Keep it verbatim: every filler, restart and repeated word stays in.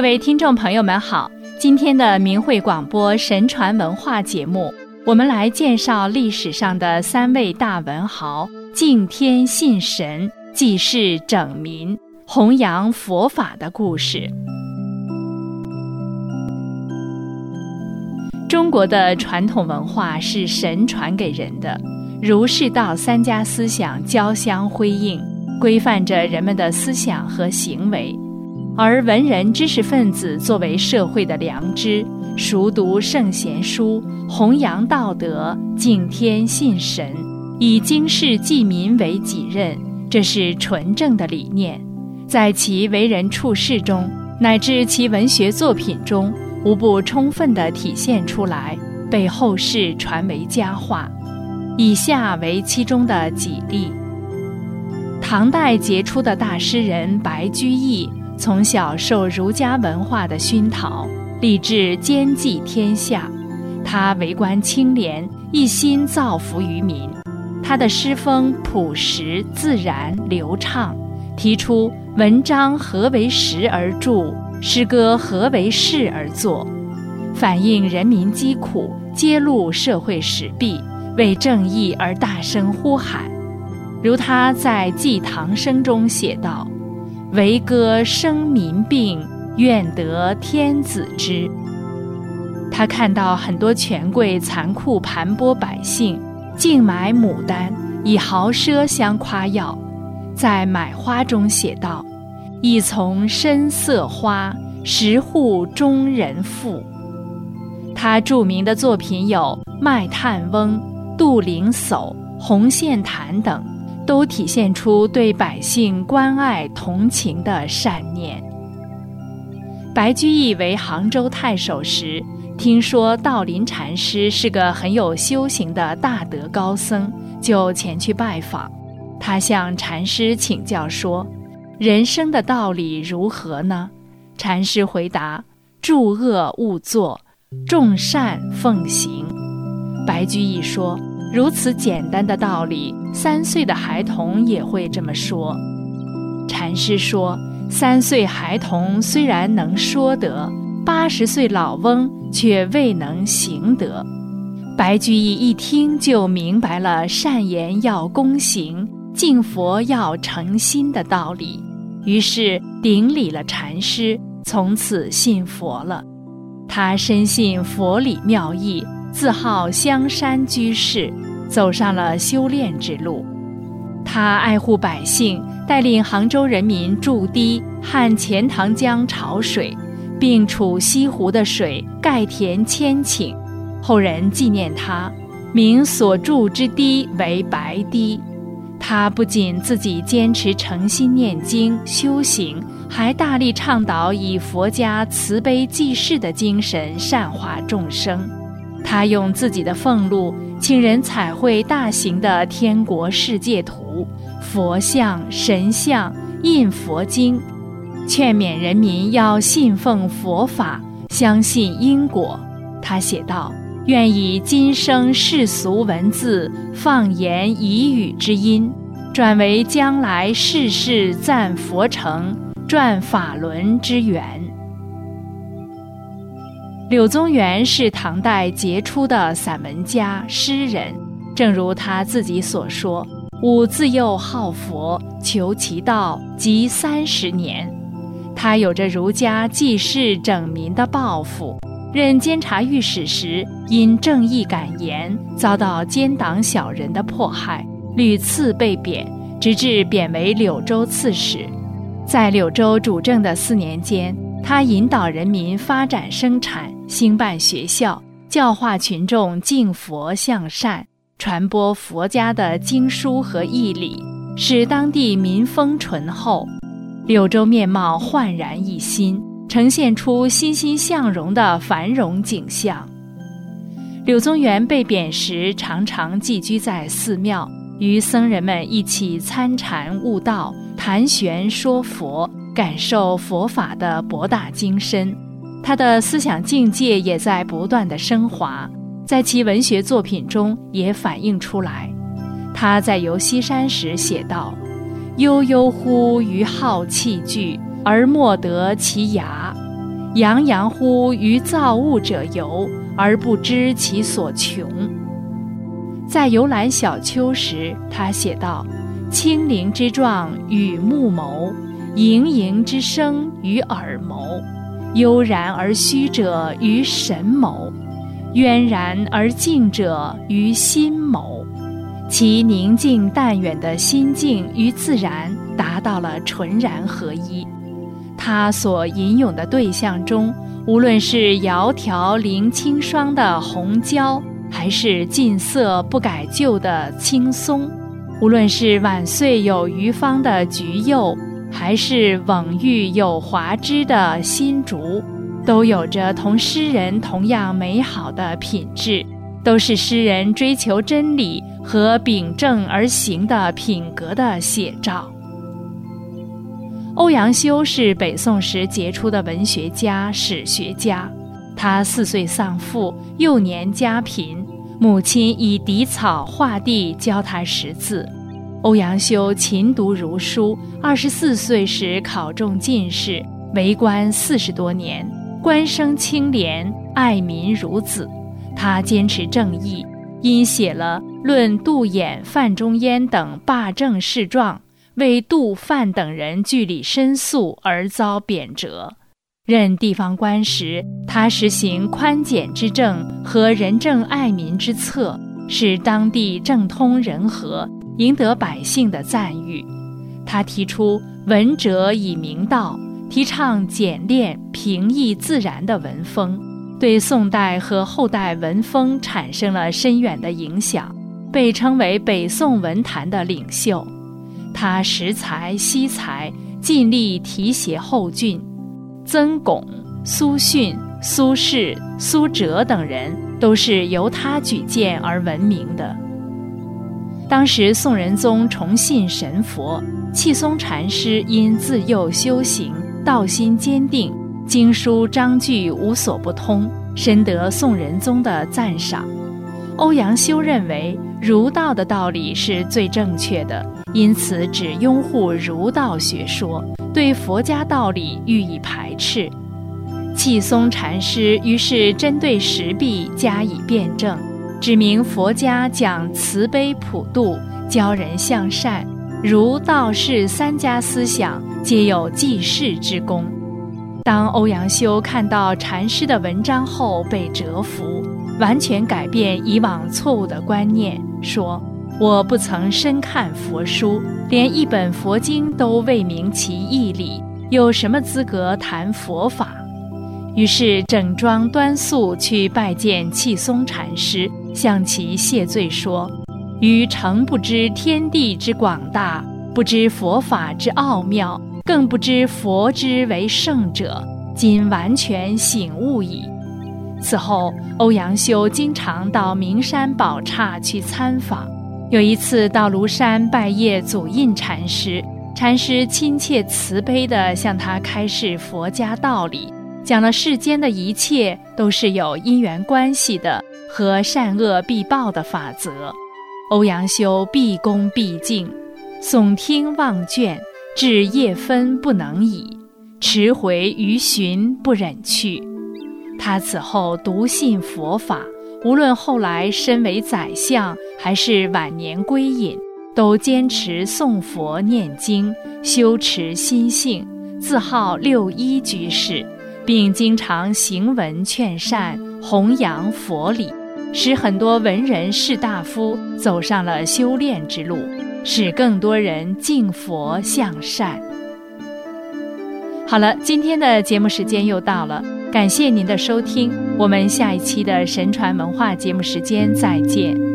各位听众朋友们好，今天的明慧广播神传文化节目，我们来介绍历史上的三位大文豪，敬天信神，济世整民，弘扬佛法的故事。中国的传统文化是神传给人的，儒释道三家思想交相辉映，规范着人们的思想和行为。而文人知识分子作为社会的良知，熟读圣贤书，弘扬道德，敬天信神，以经世济民为己任，这是纯正的理念。在其为人处事中，乃至其文学作品中，无不充分地体现出来，被后世传为佳话。以下为其中的几例。唐代杰出的大诗人白居易，从小受儒家文化的熏陶，立志兼济天下。他为官清廉，一心造福于民。他的诗风朴实自然流畅，提出文章何为实而著，诗歌何为事而作，反映人民疾苦，揭露社会实弊，为正义而大声呼喊。如他在《祭唐生》中写道：惟歌生民病，愿得天子知。他看到很多权贵残酷盘剥百姓，竞买牡丹，以豪奢相夸耀。在《买花》中写道：一丛深色花，十户中人富。他著名的作品有《卖炭翁》、《杜陵叟》、《红线潭》等，都体现出对百姓关爱同情的善念。白居易为杭州太守时，听说道林禅师是个很有修行的大德高僧，就前去拜访。他向禅师请教说：人生的道理如何呢？禅师回答：诸恶勿作，众善奉行。白居易说：如此简单的道理，三岁的孩童也会这么说。禅师说：三岁孩童虽然能说得，八十岁老翁却未能行得。白居易一听就明白了善言要躬行，敬佛要诚心的道理，于是顶礼了禅师，从此信佛了。他深信佛理妙义，自号香山居士，走上了修炼之路。他爱护百姓，带领杭州人民筑堤汉钱塘江潮水，并储西湖的水，盖田千顷。后人纪念他，名所筑之堤为白堤。他不仅自己坚持诚心念经修行，还大力倡导以佛家慈悲济世的精神善化众生。他用自己的俸禄请人彩绘大型的天国世界图、佛像、神像，印佛经，劝勉人民要信奉佛法，相信因果。他写道：愿以今生世俗文字，放言以语之音，转为将来世世赞佛成，转法轮之源。柳宗元是唐代杰出的散文家、诗人，正如他自己所说：吾自幼好佛，求其道即三十年。他有着儒家济世整民的抱负，任监察御史时，因正义敢言，遭到奸党小人的迫害，屡次被贬，直至贬为柳州刺史。在柳州主政的四年间，他引导人民发展生产，兴办学校，教化群众敬佛向善，传播佛家的经书和义理，使当地民风淳厚，柳州面貌焕然一新，呈现出欣欣向荣的繁荣景象。柳宗元被贬时，常常寄居在寺庙，与僧人们一起参禅悟道，谈玄说佛，感受佛法的博大精深。他的思想境界也在不断的升华，在其文学作品中也反映出来。他在游西山时写道：悠悠乎于好器具，而莫得其涯。 洋洋乎于造物者游，而不知其所穷。在游览小丘时，他写道：清灵之状与目谋，盈盈之声与耳谋，悠然而虚者于神谋，渊然而静者于心谋。其宁静淡远的心境与自然达到了纯然合一。他所吟咏的对象中，无论是窈窕临清霜的红椒，还是近色不改旧的青松，无论是晚岁有余芳的橘柚，还是蓊郁有华枝的新竹，都有着同诗人同样美好的品质，都是诗人追求真理和秉正而行的品格的写照。欧阳修是北宋时杰出的文学家、史学家。他四岁丧父，幼年家贫，母亲以荻草画地教他识字。欧阳修勤读儒书，二十四岁时考中进士，为官四十多年，官声清廉，爱民如子。他坚持正义，因写了《论杜衍、范仲淹等罢政事状》，为杜范等人据理申诉而遭贬谪。任地方官时，他实行宽简之政和仁政爱民之策，使当地政通人和，赢得百姓的赞誉。他提出文者以明道，提倡简练平易自然的文风，对宋代和后代文风产生了深远的影响，被称为北宋文坛的领袖。他识才惜才，尽力提携后俊。曾巩、苏洵、苏轼、苏辙等人都是由他举荐而闻名的。当时宋仁宗崇信神佛，契松禅师因自幼修行，道心坚定，经书章句无所不通，深得宋仁宗的赞赏。欧阳修认为儒道的道理是最正确的，因此只拥护儒道学说，对佛家道理予以排斥。契松禅师于是针对时弊加以辩证，指明佛家讲慈悲普度，教人向善，儒道释三家思想皆有济世之功。当欧阳修看到禅师的文章后，被折服，完全改变以往错误的观念，说：我不曾深看佛书，连一本佛经都未明其义理，有什么资格谈佛法？于是整装端肃去拜见契松禅师，向其谢罪说：余诚不知天地之广大，不知佛法之奥妙，更不知佛之为圣者，今完全醒悟矣。此后，欧阳修经常到名山宝刹去参访。有一次到庐山拜谒祖印禅师，禅师亲切慈悲地向他开示佛家道理，讲了世间的一切都是有因缘关系的和善恶必报的法则。欧阳修毕恭毕敬，耸听望卷，至夜分不能已，迟回余寻不忍去。他此后笃信佛法，无论后来身为宰相还是晚年归隐，都坚持诵佛念经，修持心性，自号六一居士，并经常行文劝善，弘扬佛理，使很多文人士大夫走上了修炼之路，使更多人敬佛向善。好了，今天的节目时间又到了，感谢您的收听，我们下一期的神传文化节目时间再见。